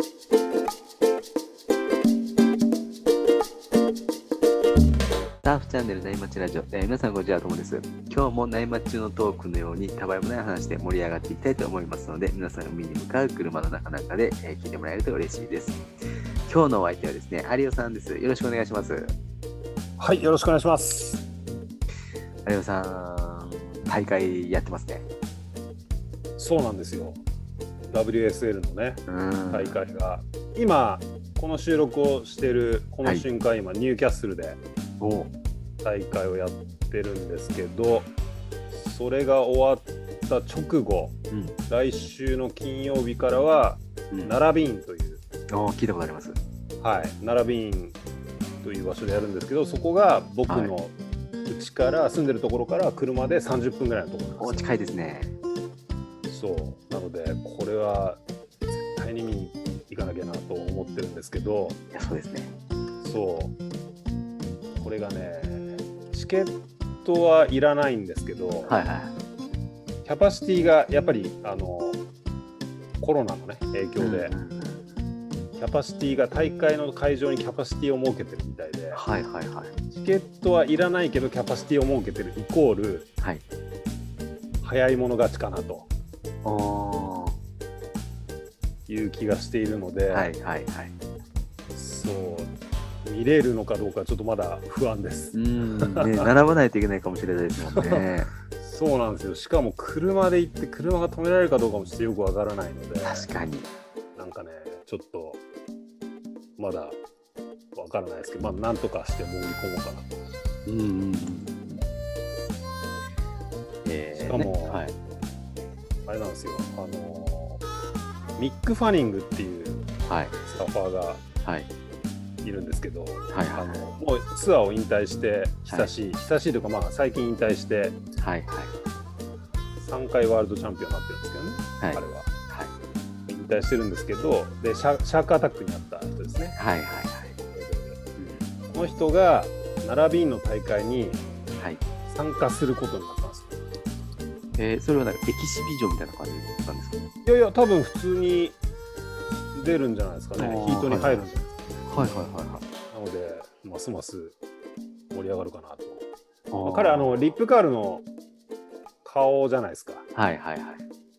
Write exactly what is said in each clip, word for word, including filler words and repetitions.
ターフチャンネル内町ラジオ、えー、皆さんこんにちは、ともです。今日も内町中のトークのようにたわいもない話で盛り上がっていきたいと思いますので、皆さんが海に向かう車の中なんかで、えー、聞いてもらえると嬉しいです。今日のお相手はですね、有尾さんです。よろしくお願いします。 はい、よろしくお願いします。 有尾さん、大会やってますね。 そうなんですよ。ダブリューエスエル のね、大会が今この収録をしているこの瞬間、はい、今ニューキャッスルで大会をやってるんですけど、それが終わった直後、うん、来週の金曜日からは、うん、奈良ビーンという、 お聞いたことあります。 はい、奈良ビーンという場所でやるんですけど、そこが僕の家から住んでるところから車でさんじゅっぷんぐらいのところなんです。 お近いですね。 そうなのでこれは絶対に見に行かなきゃなと思ってるんですけど、 いやそうですね。 そうこれがね、チケットはいらないんですけど、はいはい、キャパシティがやっぱりあのコロナのね影響で、うんうん、キャパシティが大会の会場にキャパシティを設けてるみたいで、はいはいはい、チケットはいらないけどキャパシティを設けてるイコール、はい、早い者勝ちかなという気がしているので、はいはいはい、そう見れるのかどうかちょっとまだ不安です。 うん、ね、並ばないといけないかもしれないですもんね。 そうなんですよ。しかも車で行って車が止められるかどうかもちょっとよくわからないので、 確かになんかねちょっとまだわからないですけど、まあなんとかして潜り込もうかなと。うんうん、えー、しかも、ね、はい、あれなんですよ、あのー、ミック・ファニングっていうスタッファーがいるんですけど、はいはい、あのもうツアーを引退して久しい、はい、久しいというか、まあ最近引退して、はいはい、さんかいワールドチャンピオンになってるんですけどね、はい、彼は、はい、引退してるんですけど、でシャ、シャークアタックになった人ですね。はいはいはい、うん、この人が奈良ビーンの大会に参加することになったんですよ。 えー、それはなんかエキシビジョンみたいな感じなんですか？ いやいや、多分普通に出るんじゃないですかね。ヒートに入るんじゃないですか。はいはいはいはい。なのでますます盛り上がるかなと。まあ、彼はあのリップカールの顔じゃないですか。はいはいはい。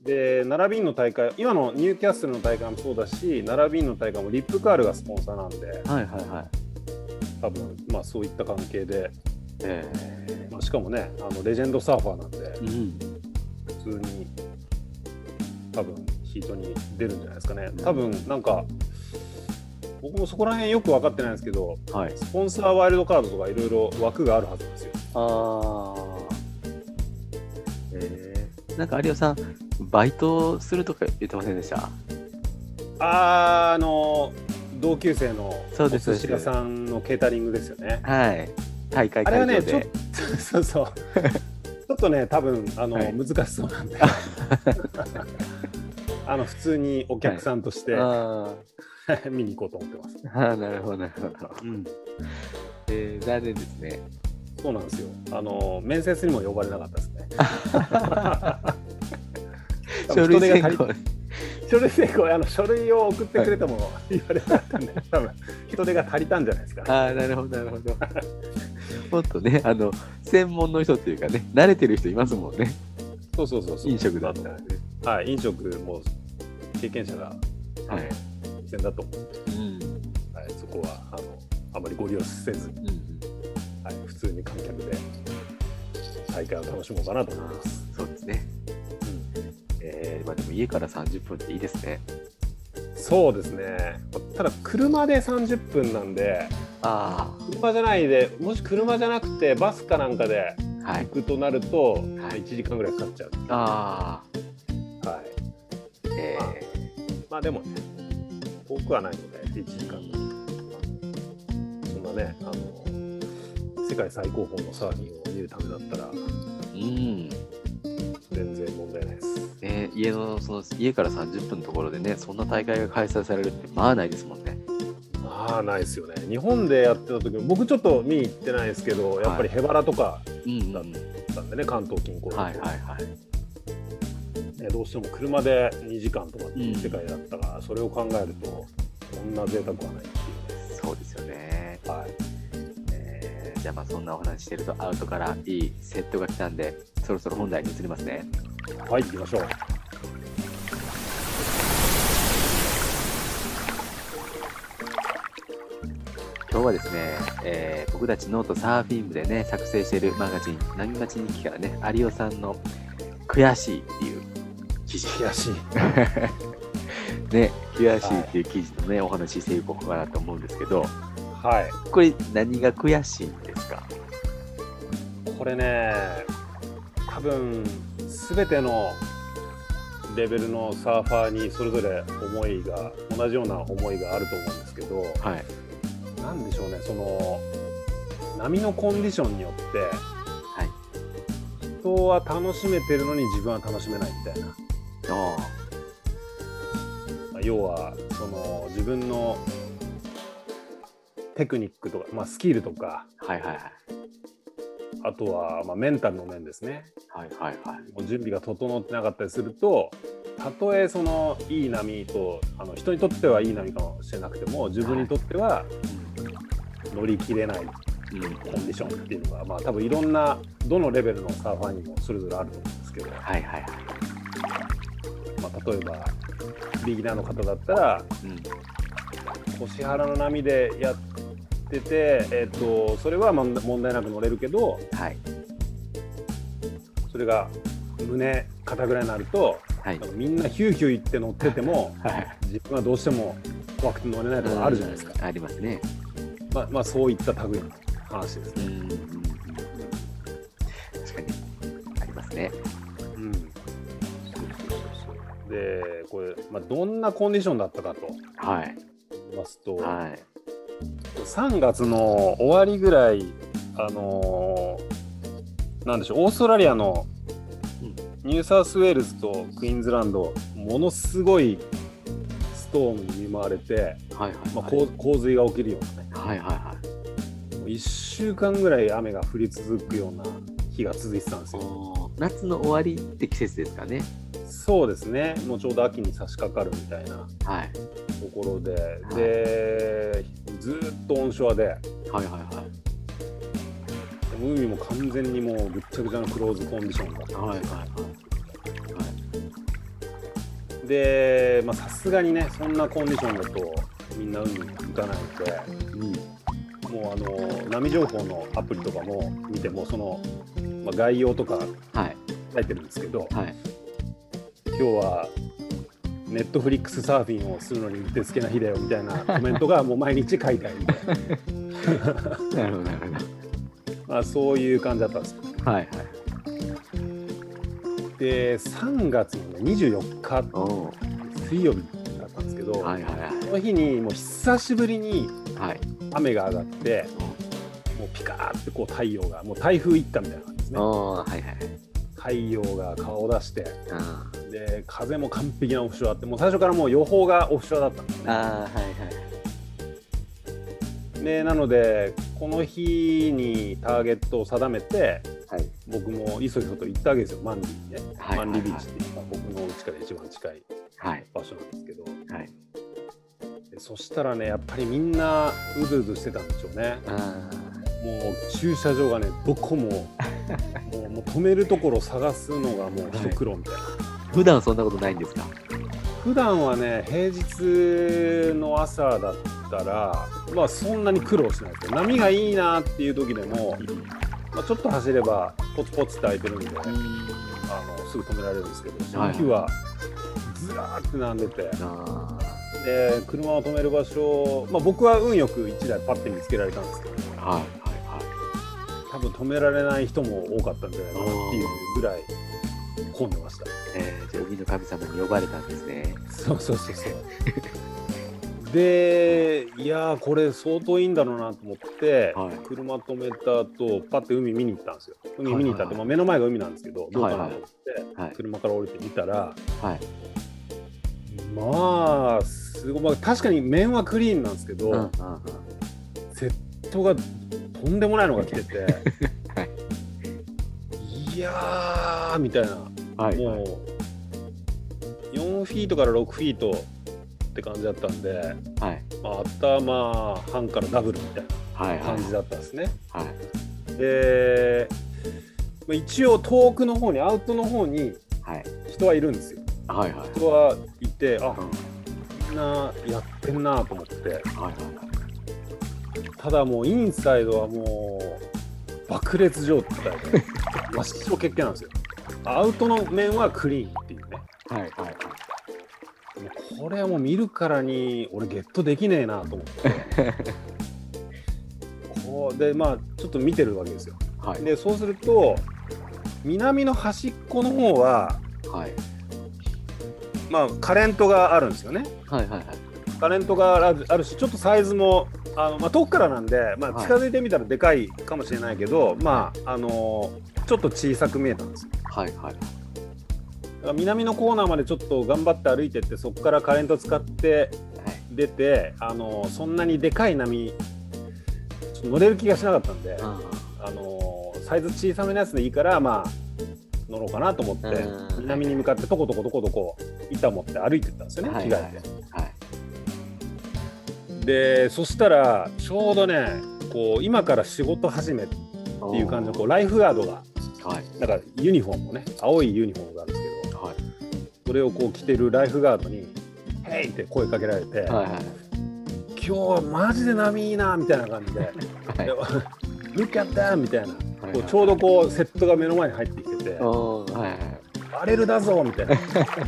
で奈良ビーンの大会、今のニューキャッスルの大会もそうだし、奈良ビーンの大会もリップカールがスポンサーなんで、はいはいはい。多分まあそういった関係で、えーまあ、しかもね、あのレジェンドサーファーなんで。うん、普通に多分ヒートに出るんじゃないですかね。多分なんか僕もそこら辺よく分かってないんですけど、はい、スポンサーワイルドカードとかいろいろ枠があるはずなんですよ。あー、えー、なんか有尾さんバイトするとか言ってませんでした？ あー、あの同級生のお寿司屋さんのケータリングですよね。はい、大会会場で。あれはねちょっとそうそうちょっとね、多分あの、はい、難しそうなんであの普通にお客さんとして、はい、見に行こうと思ってます。 あ、なるほどなるほど、うん、えー、残念ですね。 そうなんですよ。あの面接にも呼ばれなかったですね。書類選考書類選考あの書類を送ってくれても言われなかったんで、多分人手が足りたんじゃないですか、ね。 ああ、なるほどなるほど。もっとね、あの専門の人っていうかね、慣れてる人いますもんね。 そうそうそうそう。 飲食だったらね。 はい、飲食も経験者が、はい、先だと思うので、うん、はい、そこはあのあまりご利用せず、うん、はい、普通に観客で大会を楽しもうかなと思います。 そうですね。うん、えー、まあでも家からさんじゅっぷんっていいですね。 そうですね。ただ車でさんじゅっぷんなんで、あ車じゃないで、もし車じゃなくてバスかなんかで行くとなると、はい、いちじかんぐらいかかっちゃう。ああ、はい。えー、まあ、まあでもね、遠くはないのでいちじかんぐらい。そんなね、あの世界最高峰のサーフィンを見るためだったら、うん、全然問題ないです。 ね、家のその家からさんじゅっぷんのところでね、そんな大会が開催されるってまあないですもんね。 まあないですよね。日本でやってた時も僕ちょっと見に行ってないですけど、やっぱりヘバラとかだったんでね、はい、関東近郊だと、はいはいはい、 どうしても車でにじかんとかっていう世界だったから、うん、それを考えるとこんな贅沢はないっていうね。 そうですよね。 はい。 えー、じゃあまあそんなお話してるとアウトからいいセットが来たんで、そろそろ本題に移りますね。 はい、行きましょう。 今日はですね、えー、僕たちノートサーフィン部でね作成しているマガジン波町日記からね、有尾さんの悔しいっていう記事、 悔しいね、悔しいっていう記事のね、はい、お話ししていこうかなと思うんですけど、 はい、 これ何が悔しいんですか？ これね、多分全てのレベルのサーファーにそれぞれ思いが同じような思いがあると思うんですけど、 はい、 なんでしょうね、その波のコンディションによって、はい、人は楽しめてるのに自分は楽しめないみたいな。ああ、要はその自分のテクニックとか、まあ、スキルとか、 はいはいはい、 あとはまあメンタルの面ですね、 はいはいはい、 もう準備が整ってなかったりすると、たとえそのいい波とあの人にとってはいい波かもしれなくても自分にとっては乗り切れないコンディションっていうのが、まあ多分いろんなどのレベルのサーファーにもそれぞれあると思うんですけど、 はいはいはい、 まあ、例えばビギナーの方だったら、うん、腰腹の波でやってて、えー、とそれは問題なく乗れるけど、はい、それが胸肩ぐらいになると、はい、みんなヒューヒュー言って乗ってても、はい、自分はどうしても怖くて乗れないとかあるじゃないですか。 ありますね。 まあ、まあそういった類の話ですね。うん、 確かにありますね。うん。そうそうそうそう。で、これ、まあ、どんなコンディションだったかと、はい、言いますと、はい、さんがつの終わりぐらい、あのー、なんでしょう、オーストラリアのニューサウスウェールズとクイーンズランド、ものすごいストームに見舞われて、はいはいはい、まあ、洪水が起きるようなね、はいはいはい、いっしゅうかんぐらい雨が降り続くような日が続いてたんですよ。 夏の終わりって季節ですかね。 そうですね、もうちょうど秋に差し掛かるみたいなところで、はい、でずっとオンショアで、はいはいはい、海も完全にもうぐっちゃぐちゃなクローズコンディションだったんですよ。はいはいはい、で、まあさすがにね、そんなコンディションだとみんな海に行かないので、うん、もうあの波情報のアプリとかも見てもその、まあ、概要とか書いてるんですけど、はい、今日はネットフリックスサーフィンをするのにうってつけな日だよみたいなコメントがもう毎日書いてあるんでなるほどなるほど、まあ、そういう感じだったんですよ。はいはい。でさんがつのにじゅうよっか水曜日だったんですけど、はいはいはい、その日にもう久しぶりに雨が上がって、はい、もうピカーってこう太陽がもう台風一過みたいな感じですね。はいはい、太陽が顔を出して、うん、で風も完璧なオフショアあって、もう最初からもう予報がオフショアだったんですね。あ、はいはい、でなのでこの日にターゲットを定めて、はい、僕もいそいそと行ったわけですよ、マンリーにね、はいはいはい、マンリービーチっていうのは僕の家から一番近い場所なんですけど、はいはい、でそしたらね、やっぱりみんなうずうずしてたんでしょうね。あ、もう駐車場がねどこももう、もう止めるところ探すのがもう一苦労みたいな、はい、 普段そんなことないんですか？ 普段はね、平日の朝だったらまあそんなに苦労しないですよ。波がいいなっていう時でも、まあ、ちょっと走ればポツポツって開いてるんで、あのすぐ止められるんですけど、その日はずらーって並んでて、はい、で車を止める場所、まあ、僕は運よくいちだいパッて見つけられたんですけど、はいはいはい、多分止められない人も多かったんじゃないかなっていうぐらい混んでました。 えー、じゃあ海の神様に呼ばれたんですね。 そうそうそうそうで、いやーこれ相当いいんだろうなと思って、はい、車止めた後パッて海見に行ったんですよ。海見に行ったって、はいはいはい、まあ、目の前が海なんですけど、どうかなと思って、はいはい、車から降りてみたら、はい、まあすごい、まあ、確かに面はクリーンなんですけど、うんうんうん、セットがとんでもないのが来てて、はい、いやーみたいな、はいはい、もうんフィートからろくフィートって感じだったんで、 はい、 まあ、頭半からダブルみたいな感じだったんですね。 はいはい、 で一応遠くの方にアウトの方に人はいるんですよ。 はいはい、 人はいて、あ、うん、みんなやってんなと思って、はいはい、ただもうインサイドはもう爆裂状態で真っ白けっけなんですよ。アウトの面はクリーンっていうね。はいはいはい、これはもう見るからに俺ゲットできねえなと思ってこうでまあちょっと見てるわけですよ。はい、でそうすると南の端っこの方は、はい、まあカレントがあるんですよね。はいはいはい、カレントがある、あるしちょっとサイズもあの、まあ、遠くからなんで、まあ、近づいてみたらでかいかもしれないけど、はい、まああのー、ちょっと小さく見えたんですよ。はいはい、だから南のコーナーまでちょっと頑張って歩いてってそこからカレント使って出て、はい、あのー、そんなにでかい波ちょっと乗れる気がしなかったんで、うん、あのー、サイズ小さめのやつでいいからまあ乗ろうかなと思って、うん、南に向かってとことことことこ板持って歩いてったんですよね、はい、着替えて、はい、でそしたらちょうどねこう今から仕事始めっていう感じのこうライフガードが、はい、なんかユニフォームもね青いユニフォームがあるんですけど、はい、それをこう着てるライフガードに「ヘイ!」って声かけられて、はいはい、今日はマジで波いいなみたいな感じで「Look at that!」みたいな、はいはい、こうちょうどこうセットが目の前に入ってきてて「はいはい、バレルだぞ!」みたいな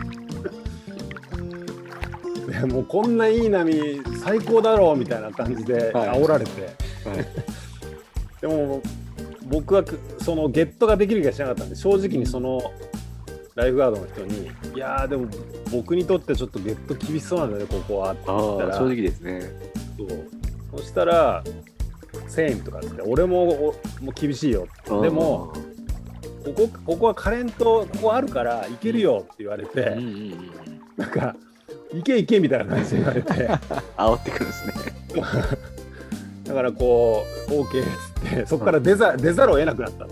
でもうこんないい波最高だろうみたいな感じで煽られて、はいはい、でも僕はそのゲットができる気がしなかったんで正直にそのライフガードの人に「いやーでも僕にとってちょっとゲット厳しそうなんだねここは」って言ったら正直ですね。 そうそしたら「セイム」とかって俺ももう厳しいよでもここここはカレントここあるから行けるよって言われて、うんうんうん、なんか行け行けみたいな感じで言われて煽ってくるんですねだからこう OK っつってそこから出ざ、うん、出ざるを得なくなった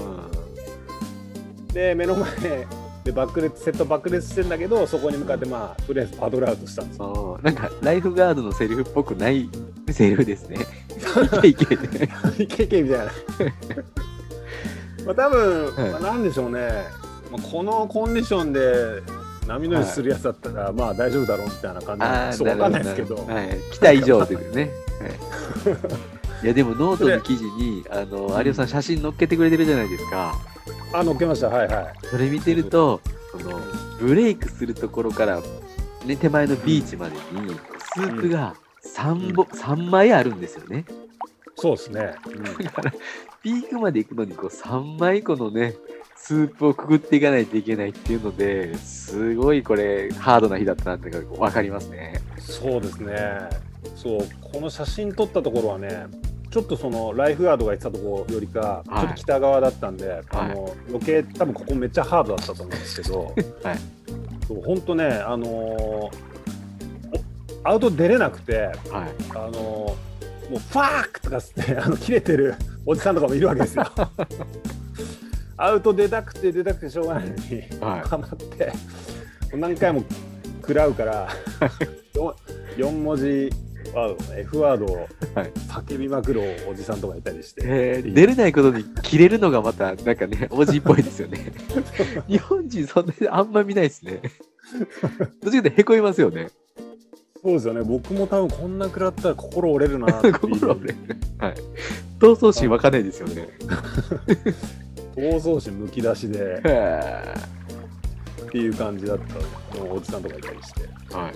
で目の前で爆裂セット爆裂してんだけどそこに向かってまあとりあえずパドルアウトしたんですよ。 なんかライフガードのセリフっぽくないセリフですねいけいけいけいけみたいなまあ多分、はい、まあ、なんでしょうね、まあ、このコンディションで波乗りするやつだったら、はい、まあ大丈夫だろうみたいな感じなんでちょっと分かんないですけど、 はい、期待以上というね、はい、いやでもノートの記事にあの有吉さん写真載っけてくれてるじゃないですか。 あ、載っけました。はいはい。 それ見てるとそのブレイクするところから、ね、手前のビーチまでにスープが 3, ぼ、うん、さんまいあるんですよね。 そうですね、 うん、だからピークまで行くのにこうさんまいこのねスープをくぐっていかないといけないっていうのですごいこれハードな日だったなって分かりますね。 そうですね。そうこの写真撮ったところはねちょっとそのライフガードが言ってたところよりか、はい、ちょっと北側だったんで、はい、あの余計多分ここめっちゃハードだったと思うんですけど、はい、そう本当ねあのー、アウト出れなくて、はい、あのー、もうファークとかってあの切れてるおじさんとかもいるわけですよアウト出たくて出たくてしょうがないのにハマ、はい、って何回も食らうからよん文字ワード F ワードを叫びまくるおじさんとかいたりして、 えー、出れないことに切れるのがまたなんかねおじいっぽいですよね日本人そんなにあんま見ないですねどっちかってへこみますよね。 そうですよね。僕も多分こんな食らったら心折れるなっていう心折れる、はい、闘争心わかんないですよね闘争心むき出しでっていう感じだったのおじさんとかいたりして、はい、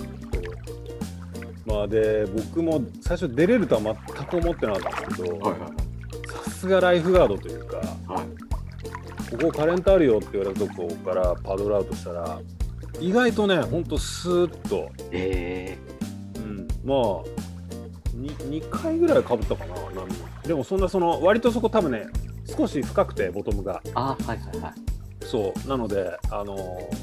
まあで僕も最初出れるとは全く思ってなかったんですけど、さすがライフガードというか、はい、ここカレントあるよって言われたとこからパドルアウトしたら意外とねほんとスーッと、えーうん、まあ 2, にかいぐらいかぶったかな波。でもそんなその割とそこ多分ね少し深くてボトムがあ、はいはいはい、 そうなのであの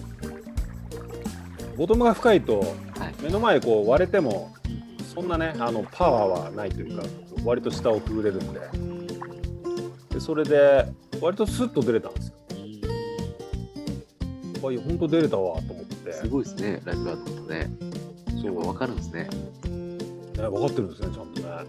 ー、ボトムが深いと、はい、目の前こう割れてもそんなねあのパワーはないというか割と下をくぐれるんで、でそれで割とスッと出れたんですよ。あ、いや本当出れたわと思って 。 すごいですね、ライフガードとね。そう、わかるんですね。 ね、分かってるんですね、ちゃんとね。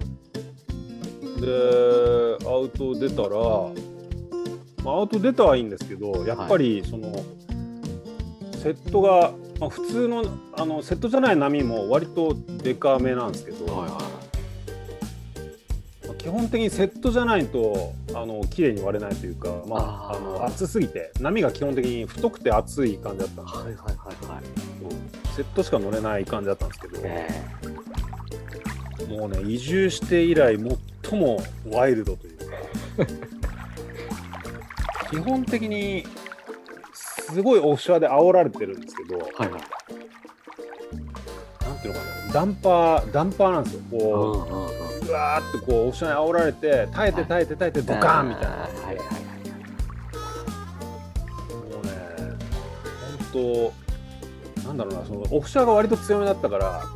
で、アウト出たら、まあ、アウト出たはいいんですけど、やっぱりその、はい、セットが、まあ、普通の、あのセットじゃない波も割とデカめなんですけど、はいはい、まあ、基本的にセットじゃないとあの綺麗に割れないというか、まあ、あの厚すぎて波が基本的に太くて厚い感じだったんです、はいはいはいはい、セットしか乗れない感じだったんですけど、もうね、移住して以来最もワイルドというか基本的にすごいオフショアで煽られてるんですけど、はいはい、なんていうのかな、ダンパーダンパーなんですよ。こう、うんうんうん、うわーってこうオフショアに煽られて耐えて耐えて耐えてドカーンみたいな、はいはいはい、もうね、本当なんだろうな、そのオフショアが割と強めだったから、はい、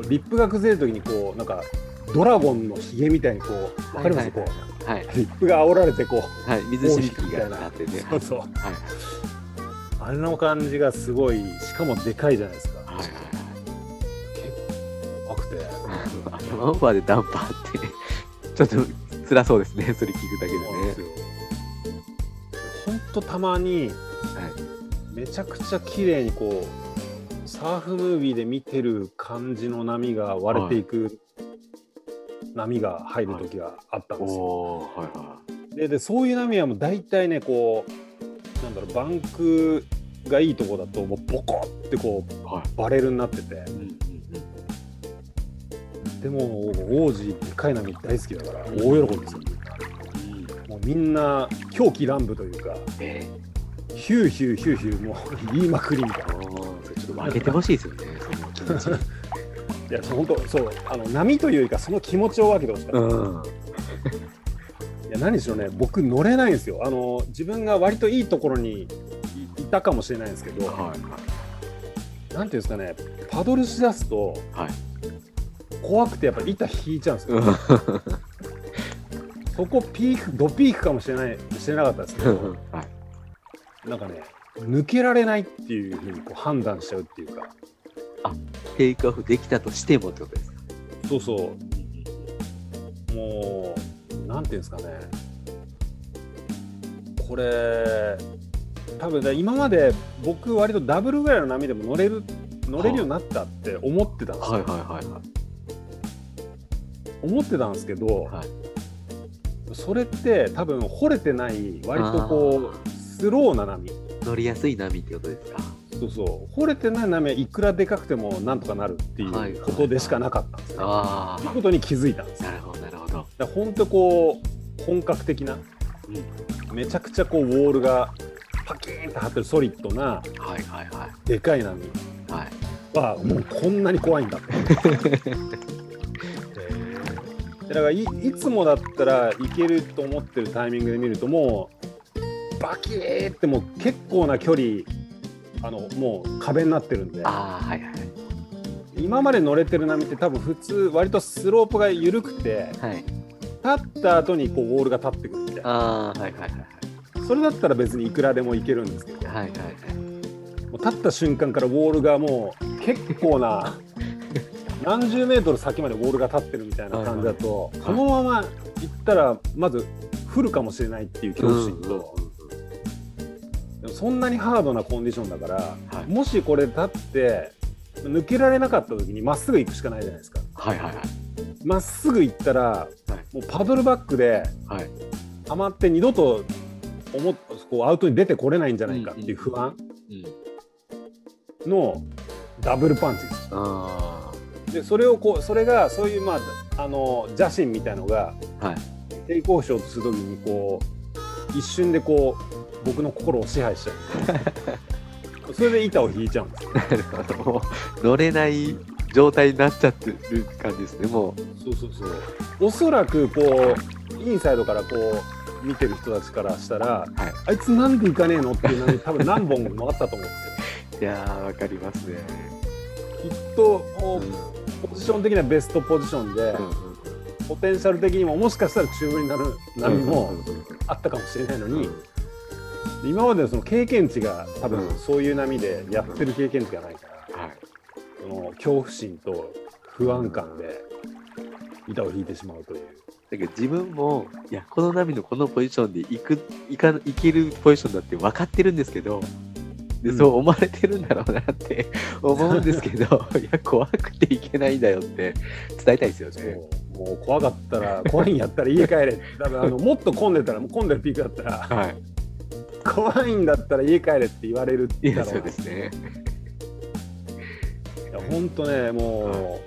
リップが崩れるときにこうなんかドラゴンのひげみたいにこう、わかります、はいはいはい、こう、はい、リップが煽られてこう、はい、水しぶきがなってね、そうそう、はい、あれの感じがすごい、しかもでかいじゃないですか。はいはいはい、結構怖くて。 頭オーバーでダンパーってちょっと辛そうですね、それ聞くだけでね。 ほんとたまに、はい、めちゃくちゃ綺麗にこうサーフムービーで見てる感じの波が割れていく、はい、波が入る時があったんですよ。はいはいはい、で, でそういう波はもう大体ね、こうなんだろう、バンクがいいとこだともうボコってこう、はい、バレルになってて、うんうんうん、でも王子でかい波大好きだから大喜びですよ、うん、もうみんな狂気乱舞というか、えー、ヒューヒューヒューヒューもう言いまくりみたいな。ちょっと負けてほしいですよねその気持ちいや本当そう、あの波というよりかその気持ちを分けてほしかった、うん、いや何しろね、僕乗れないんですよ。あの自分が割といいところに い, いたかもしれないんですけど、はいはい、なんていうんですかね、パドルしだすと、はい、怖くてやっぱ板引いちゃうんですよそこピークドピークかもしれない知れなかったですけど、はい、なんかね、抜けられないっていうふうにこう判断しちゃうっていうか、 あ、テイクオフできたとしてもってことですか。 そうそう、もうなんていうんですかね、これ多分、ね、今まで僕割とダブルぐらいの波でも乗れる乗れるようになったって思ってたんですよ、はいはいはいはい、思ってたんですけど、はい、それって多分掘れてない割とこうスローな波、 乗りやすい波ってことですか。 そうそう、掘れてない波はいくらでかくてもなんとかなるっていうことでしかなかったんですよ、はいはいはい、ということに気づいたんですよ。 なるほどなるほど。だから本当こう本格的な、うん、めちゃくちゃこうウォールがパキーンと張ってるソリッドな、はいはいはい、でかい波はもうこんなに怖いんだってだから い, いつもだったらいけると思ってるタイミングで見るともうバキーってもう結構な距離あのもう壁になってるんで、あ、はいはい、今まで乗れてる波って多分普通割とスロープが緩くて、はい、立った後にこうウォールが立ってくるみたいな、あ、はいはいはいはい、それだったら別にいくらでもいけるんですけど、はいはいはい、もう立った瞬間からウォールがもう結構な何十メートル先までウォールが立ってるみたいな感じだと、はいはい、このまま行ったらまず降るかもしれないっていう恐怖心と、うんうんうん、でもそんなにハードなコンディションだから、はい、もしこれ立って抜けられなかった時にまっすぐ行くしかないじゃないですか。はいはいはい、まっすぐ行ったら、はい、もうパドルバックで、はい、はまって二度と思っこうアウトに出てこれないんじゃないかっていう不安のダブルパンチです。あでそれをこうそれがそういう、まあ、あの邪心みたいのが、はい、テイクオフしようとするときにこう一瞬でこう僕の心を支配しちゃうそれで板を引いちゃうんです。なるほど、もう乗れない状態になっちゃってる感じですね。もうそうそうそう、おそらくこうインサイドからこう見てる人たちからしたら、はい、あいつなんで行かねえのっていうのに多分何本もあったと思うんですよ。 いやーわかりますね。 きっと、うんポジション的にはベストポジションで、うんうん、ポテンシャル的にももしかしたら中部になる波もあったかもしれないのに、 今までのその経験値が多分そういう波でやってる経験値がないから、はい、その恐怖心と不安感で板を引いてしまうという。 だけど自分もいやこの波のこのポジションで行く行か行けるポジションだって分かってるんですけど、で、うん、そう思われてるんだろうなって思うんですけどいや怖くていけないんだよって伝えたいですよね。 もう怖かったら怖いんやったら家帰れ多分あのもっと混んでたらもう混んでるピークだったら、はい、怖いんだったら家帰れって言われるってだろうな。いやそうですね。 いやほんとねもう、はい、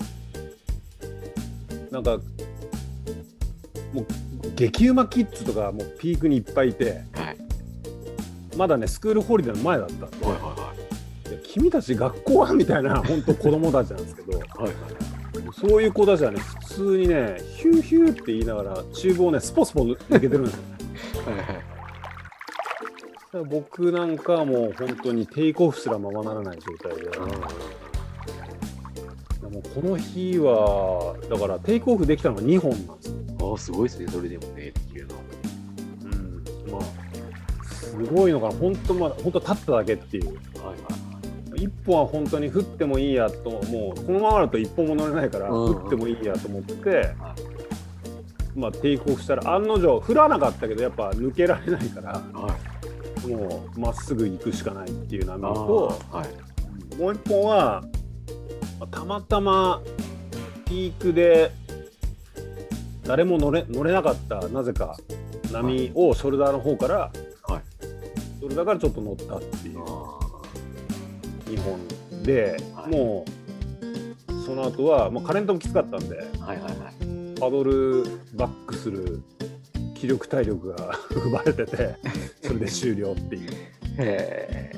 なんかもう激うまキッズとかもうピークにいっぱいいて、はい、まだねスクールホリデーの前だったんで、はいはいはい、いや君たち学校はみたいな本当子供たちなんですけどはい、はい、そういう子たちはね普通にねヒューヒューって言いながらチューブをねスポスポ抜けてるんですよねはい、はい、僕なんかはもう本当にテイクオフすらままならない状態で、うん、もうこの日はだからテイクオフできたのがにほんなんですよ。 ああすごいですねそれでもねっていうの。 うんまあすごいのかな本当まあ本当立っただけっていう。はいはい。いっぽんは本当に降ってもいいやともうこのままだといっぽんも乗れないから、うん、降ってもいいやと思って、はい、まあテイクオフしたら案の定降らなかったけどやっぱ抜けられないから、はい、もうまっすぐ行くしかないっていう波と、はい、もういっぽんはたまたまピークで誰も乗れ、乗れなかったなぜか波をショルダーの方から、はい、ショルダーからちょっと乗ったっていうにほんで、はい、もうその後は、まあ、カレントもきつかったんで、はいはいはい、パドルバックする気力体力が奪われててそれで終了っていうへ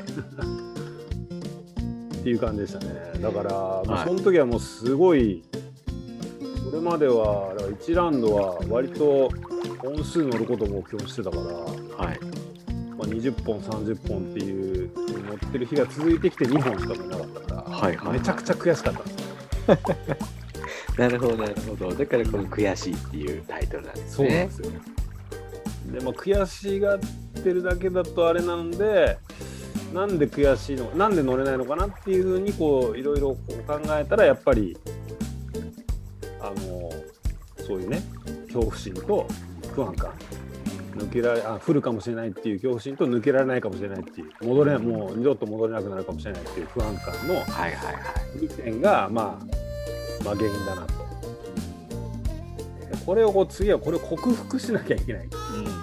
っていう感じでしたね。だから、はい、もうその時はもうすごいそれまではいちラウンドは割と本数乗ることを目標にしてたから、はいまあ、にじゅっぽんさんじゅっぽんっていう乗ってる日が続いてきてにほんしか乗れなかったから、はいはい、めちゃくちゃ悔しかったんですよなるほどなるほど。だからこの悔しいっていうタイトルなんですね。そうなんですよ。 でも悔しがってるだけだとあれなんでなんで悔しいのなんで乗れないのかなっていうふうにこういろいろ考えたらやっぱりあのそういうね恐怖心と不安感抜けられあ降るかもしれないっていう恐怖心と抜けられないかもしれないっていう戻れもう二度と戻れなくなるかもしれないっていう不安感のにてんがまあまあ原因だなと。これをこう次はこれを克服しなきゃいけない。うん、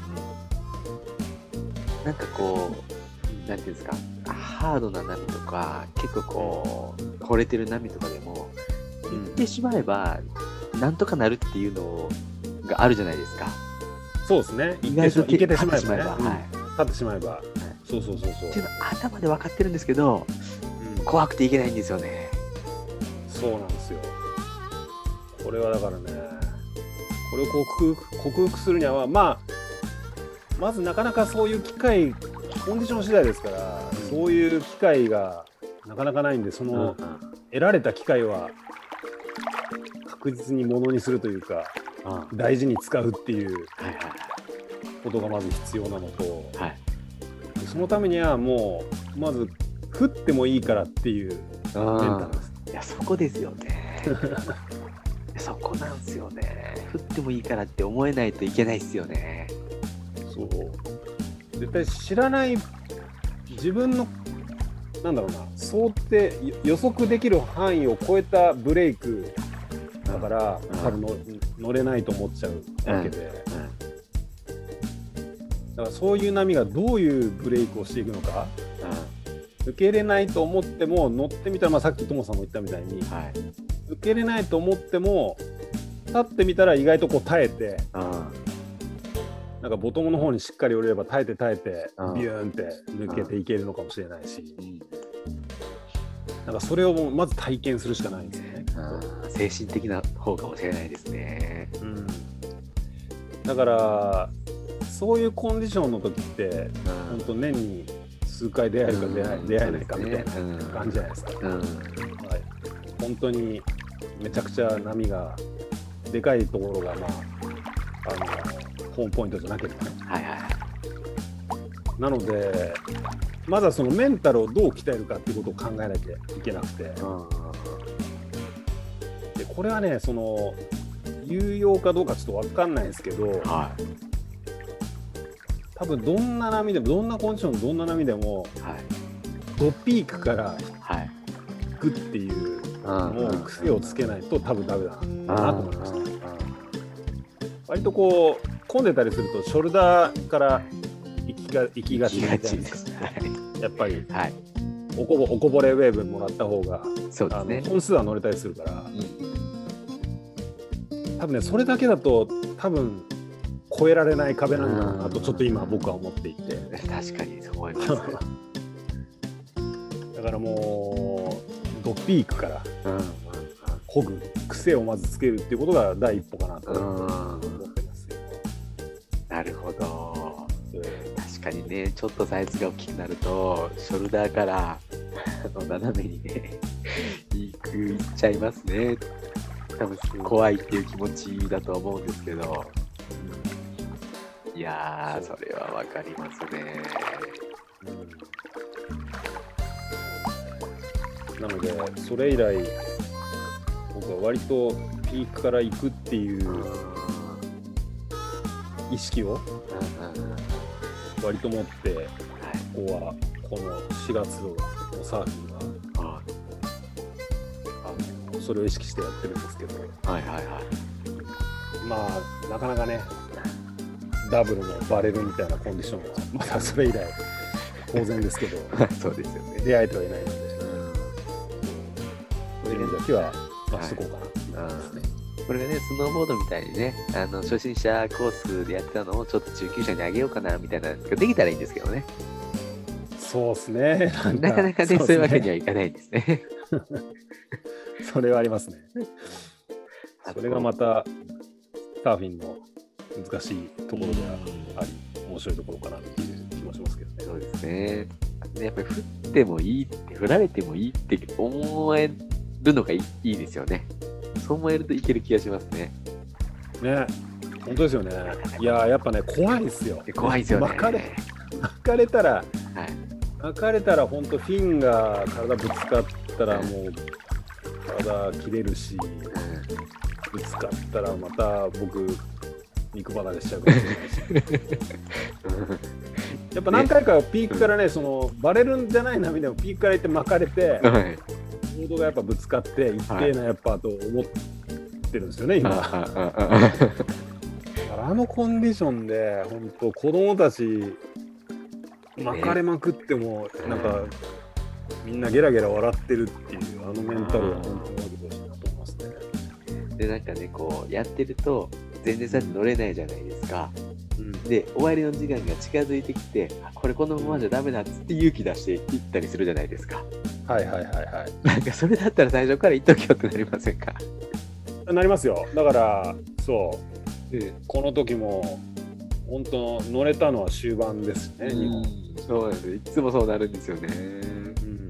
なんかこうなんていうんですかハードな波とか結構こう惚れてる波とかでも行ってしまえばなんとかなるっていうのがあるじゃないですか。 そうですね。 意外と行けてしまえば、ね、 はい、 立ってしまえば、はい、そうそうそうそう。 っていうのは頭で分かってるんですけど、うん、怖くていけないんですよね。 そうなんですよ。これはだからね、これを克服、克服するにはまあまずなかなかそういう機会コンディション次第ですから、うん、そういう機会がなかなかないんでその、うんうん、得られた機会は確実にものにするというか、うん、大事に使うっていうことがまず必要なのと、はい、そのためにはもうまず降ってもいいからっていうメンタルです。 いやそこですよねそこなんですよね。降ってもいいからって思えないといけないですよね。 そう絶対知らない自分のなんだろうな想定予測できる範囲を超えたブレイクだから、うん、多分の乗れないと思っちゃうわけで、うんうん、だからそういう波がどういうブレイクをしていくのか、うん、受け入れないと思っても乗ってみたら、まあ、さっきトモさんも言ったみたいに、はい、受け入れないと思っても立ってみたら意外とこう耐えて、うん、なんかボトムの方にしっかり降りれば耐えて耐えて、うん、ビューンって抜けていけるのかもしれないし、うん、なんかそれをまず体験するしかないんですよね。 うん、精神的な方かもしれないですね。うん、 だからそういうコンディションの時って、うん、本当年に数回出会えるか出会え、うん、出会えないかみたいな感じじゃないですか。うんうんはい、本当にめちゃくちゃ波がでかいところがまああのホームポイントじゃなければね。はいはいはい。 なのでまずはそのメンタルをどう鍛えるかっていうことを考えなきゃいけなくて、でこれはねその有用かどうかちょっと分かんないんですけど、はい、多分どんな波でもどんなコンディションどんな波でも、はい、ドピークから行くっていうのを癖をつけないと多分ダメだなと思いました。割とこう混んでたりするとショルダーから行きが行きがちみたいです、はい、やっぱり、はい、おこぼおこぼれウェーブもらった方がそうです、ね、あの本数は乗れたりするから、うん、多分ねそれだけだと多分越えられない壁なんだろうなとちょっと今僕は思っていて、 確かにそう思いますだからもうドピークから漕ぐ癖をまずつけるっていうことが第一歩かなと思ってますよ。 なるほど、確かにねちょっとサイズが大きくなるとショルダーから斜めにね行くいっちゃいますね。多分怖いっていう気持ちだと思うんですけど、いやーそれはわかりますね、 うん、なのでそれ以来僕は割とピークから行くっていう意識を割と持って、はい、ここはこのしがつのサーフィンは、はい、あのそれを意識してやってるんですけど、はいはいはい、まあなかなかねダブルのバレルみたいなコンディションはまだそれ以来当然ですけどそうですよね、 出会えてはいないので、そういう意味だけはまあしとこうかなっていう感じですね。 これがね、スノーボードみたいにね、あの初心者コースでやってたのをちょっと中級者にあげようかなみたいなのができたらいいんですけどね。 そうですね。 なかなかね、そういうわけにはいかないんですね。 それはありますね。それがまたサーフィンの難しいところであり、面白いところかなっていう気もしますけどね。 そうですね。やっぱり降ってもいいって、降られてもいいって思えるのがいい、いいですよね。そう思えるといける気がしますね。 ね、本当ですよね。いややっぱね怖いですよ。 怖いですよね。 巻かれ、巻かれたら、はい、巻かれたら本当フィンが体ぶつかったらもう体切れるし、うん、ぶつかったらまた僕肉離れしちゃうかもしれないし。やっぱ何回かピークからね、ねそのバレるんじゃない波でもピークから行って巻かれて。はいボードがやっぱぶつかって一定なやっぱと思ってるんですよね、はい、今あのコンディションで本当子供たち巻かれまくっても、ね、なんかみんなゲラゲラ笑ってるっていうあのメンタルは本当にわけほしいなと思いますね。 でなんかねこうやってると全然さっき乗れないじゃないですか、うん、で終わりの時間が近づいてきてこれこのままじゃダメだっつって勇気出していったりするじゃないですか。 はいはいはいはい。 なんかそれだったら最初から言っときよってなりませんか？ なりますよ。だからそう、うん、この時も本当乗れたのは終盤ですね。日本。 そうなんです。いつもそうなるんですよね。うん、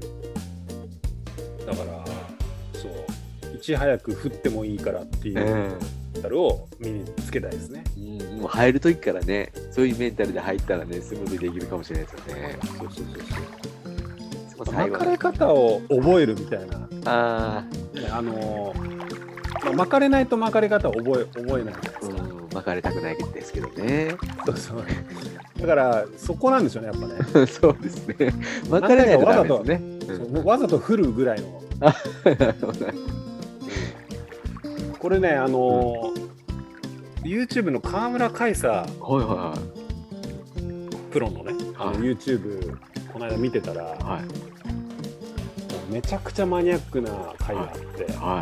だからそういち早く降ってもいいからっていうメンタルを身につけたいですね。 うん、もう入る時からねそういうメンタルで入ったらねスムーズにできるかもしれないですよね。 そうそうそうそう。巻かれ方を覚えるみたいな、あ、ね、あのーまあ、巻かれないと巻かれ方を覚え覚えないじゃないですか、うん、 巻かれたくないですけどね。 そうそうだからそこなんでしょうねやっぱねそうですね巻かれないとダメですね、 うん、わざと振るぐらいのこれねあのーうん、YouTube の川村海沙、はいはい、プロのね、はい、YouTubeこの間見てたら、はい、めちゃくちゃマニアックな回があって、はい、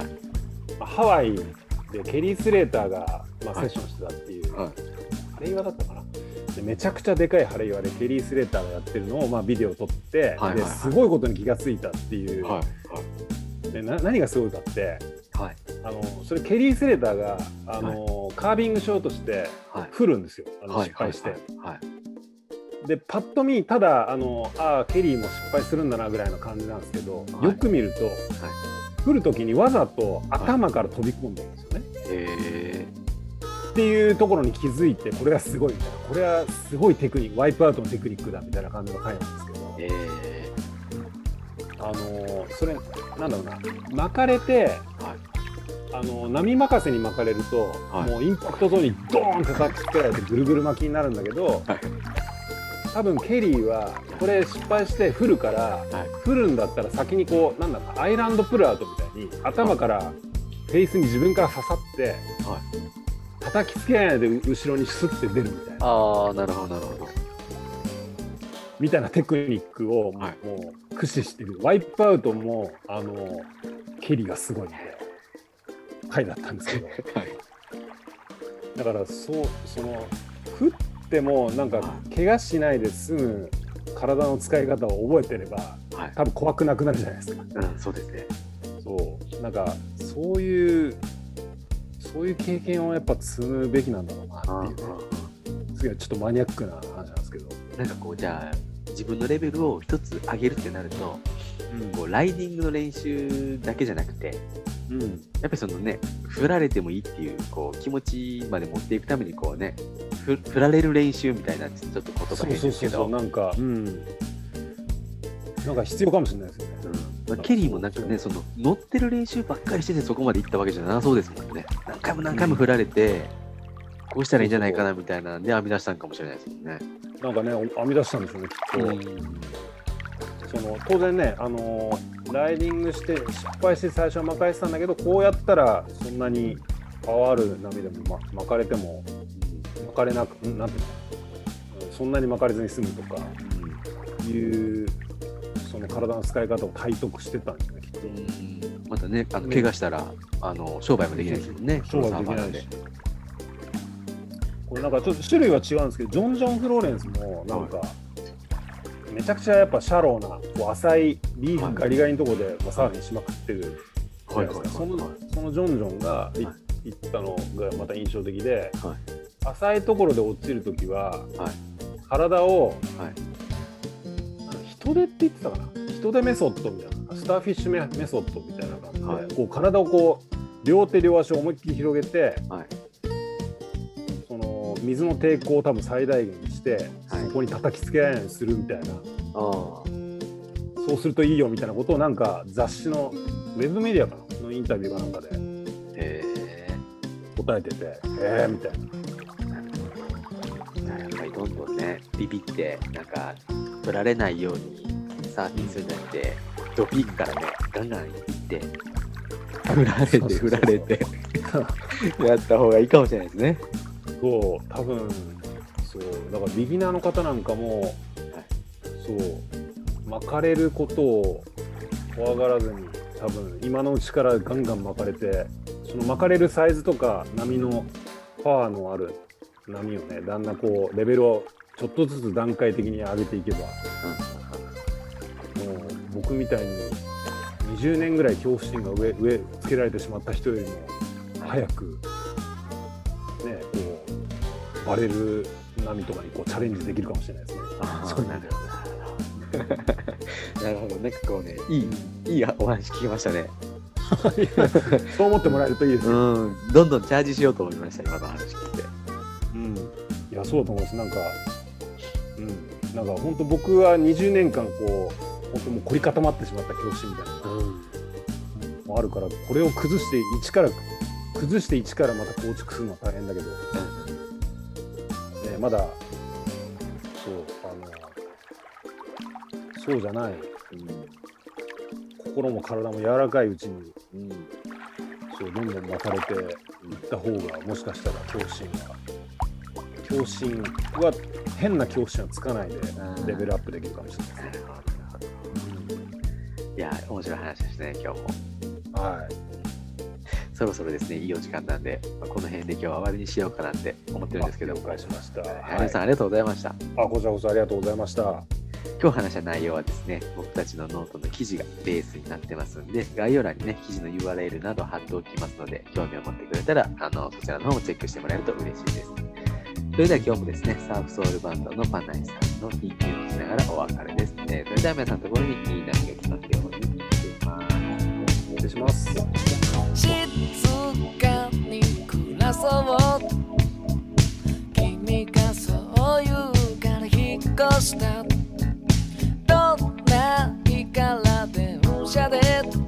ハワイでケリー・スレーターが、まあ、セッションしてたっていう、はい、晴れ岩だったかなでめちゃくちゃでかい晴れ岩でケリー・スレーターがやってるのを、まあ、ビデオを撮って、はいはいはい、ですごいことに気がついたっていう、はいはい、でな何がすごいかって、はい、あのそれケリー・スレーターがあの、はい、カービングしようとして振るんですよ、はい、あの失敗して。はいはいはいはいでパッと見ただあのあケリーも失敗するんだなぐらいの感じなんですけど、はい、よく見ると、はい、振る時にわざと頭から飛び込んでるんですよね。へっていうところに気づいて、これがすごいみたいな、これはすごいテクニック、ワイプアウトのテクニックだみたいな感じの回なんですけど、 えー、あのー、それなんだろうな、巻かれて、はい、あの波任せに巻かれると、はい、もうインパクトゾーンにドーンって叩きつけられてぐるぐる巻きになるんだけど、はい、多分ケリーはこれ失敗して振るから、はい、振るんだったら先にこうなんだろう、アイランドプルアウトみたいに頭からフェイスに自分から刺さって、はい、叩きつけないで後ろにスッて出るみたいな。 ああ、なるほどなるほど。 みたいなテクニックをもう、はい、もう駆使してる。ワイプアウトもあのケリーがすごいんで回だったんですけど、はい、だからそうその振ってもなんか怪我しないで済む体の使い方を覚えてれば、はい、多分怖くなくなるじゃないですか。 うん、そうですね。 そうなんかそういうそういう経験をやっぱ積むべきなんだろうなっていうね。次はちょっとマニアックな話なんですけど、 なんかこうじゃあ自分のレベルを一つ上げるってなると、うん、こうライディングの練習だけじゃなくて、うん、やっぱりそのね、振られてもいいっていうこう気持ちまで持っていくためにこうね、ふ振られる練習みたいなちょっと言葉変ですけど、そうそうそう、 なんか、うん、なんか必要かもしれないですよね。 うん、まあ、ケリーもなんかね、その乗ってる練習ばっかりしててそこまで行ったわけじゃなさそうですもんね。何回も何回も振られて、うん、こうしたらいいんじゃないかなみたいなんで編み出したんかもしれないですもんね。 なんかね、編み出したんですよね、きっと。うん、その当然ね、あのー、ライディングして失敗して最初は巻かれてたんだけど、こうやったらそんなにパワーある波でも、ま、巻かれても巻かれなく、なんていうの、そんなに巻かれずに済むとかいう、その体の使い方を体得してたんですね、きっと。うん、 またね、あの怪我したら、ね、あの商売もできないですもんね。 商売もできないし。これなんかちょっと種類は違うんですけど、ジョン・ジョン・フローレンスもなんか、はい、めちゃくちゃやっぱシャローなこう浅いリーフガリガリのところで、まあ、サーフィンしまくってるじゃないですか。そのそのジョン・ジョンが、はい、言ったのがまた印象的で、はい、浅いところで落ちるときは、はい、体を、はい、人手って言ってたかな、人手メソッドみたいな、スターフィッシュ メ, メソッドみたいな感じで、はい、こう体をこう両手両足を思いっきり広げて、はい、水の抵抗を多分最大限にして、はい、そこに叩きつけられないようにするみたいな、あ、そうするといいよみたいなことをなんか雑誌のウェブメディアかなのインタビューかなんかで答えてて、えーみたいな。やっぱりどんどんね、ビビってなんか取られないようにサーフィンするんじゃなくて、ドピークからねガンガンいって振られて振られてやった方がいいかもしれないですね。 そう、多分そうだからビギナーの方なんかも、はい、そう巻かれることを怖がらずに、多分今のうちからガンガン巻かれて、その巻かれるサイズとか波のパワーのある波をね、だんだんこうレベルをちょっとずつ段階的に上げていけば、うん、もう僕みたいににじゅうねんぐらい恐怖心が上上つけられてしまった人よりも早くね、こうバレる波とかにこうチャレンジできるかもしれないですね。 あ、そうなんだよな。なるほど、なんかこうね、いい、いいお話聞きましたね。 そう思ってもらえるといいですね。 うん、どんどんチャージしようと思いました、今の話聞いて。 うん、いや、そうだと思います。なんか、うん、なんか本当僕はにじゅうねんかんこう本当もう凝り固まってしまった恐怖心みたいなのが、うん、あるから、これを崩して一から崩して一からまた構築するのは大変だけど、ね、まだそうあのそうじゃない、うん、心も体も柔らかいうちに、うん、そうどんどん巻かれていった方が、もしかしたら恐怖心が恐怖心は変な恐怖心はつかないでレベルアップできるかもしれないですね。 いや、面白い話ですね、今日も。 はい。 そろそろですね、いいお時間なんで、この辺で今日は終わりにしようかなって思ってるんですけど。 了解しました。 皆、はい、さんありがとうございました。 あ、こちらこそありがとうございました。 今日話した内容はですね、僕たちのノートの記事がベースになってますんで、概要欄にね、記事の ユーアールエル など貼っておきますので、興味を持ってくれたら、あのそちらの方もチェックしてもらえると嬉しいです。それでは今日もですね、サーフソウルバンドのパナイさんの日記を聞きながらお別れです。えー、それでは皆さんのところにいい波が来ますように。 失礼します。 静かに暮らそう越したどんな日から電車で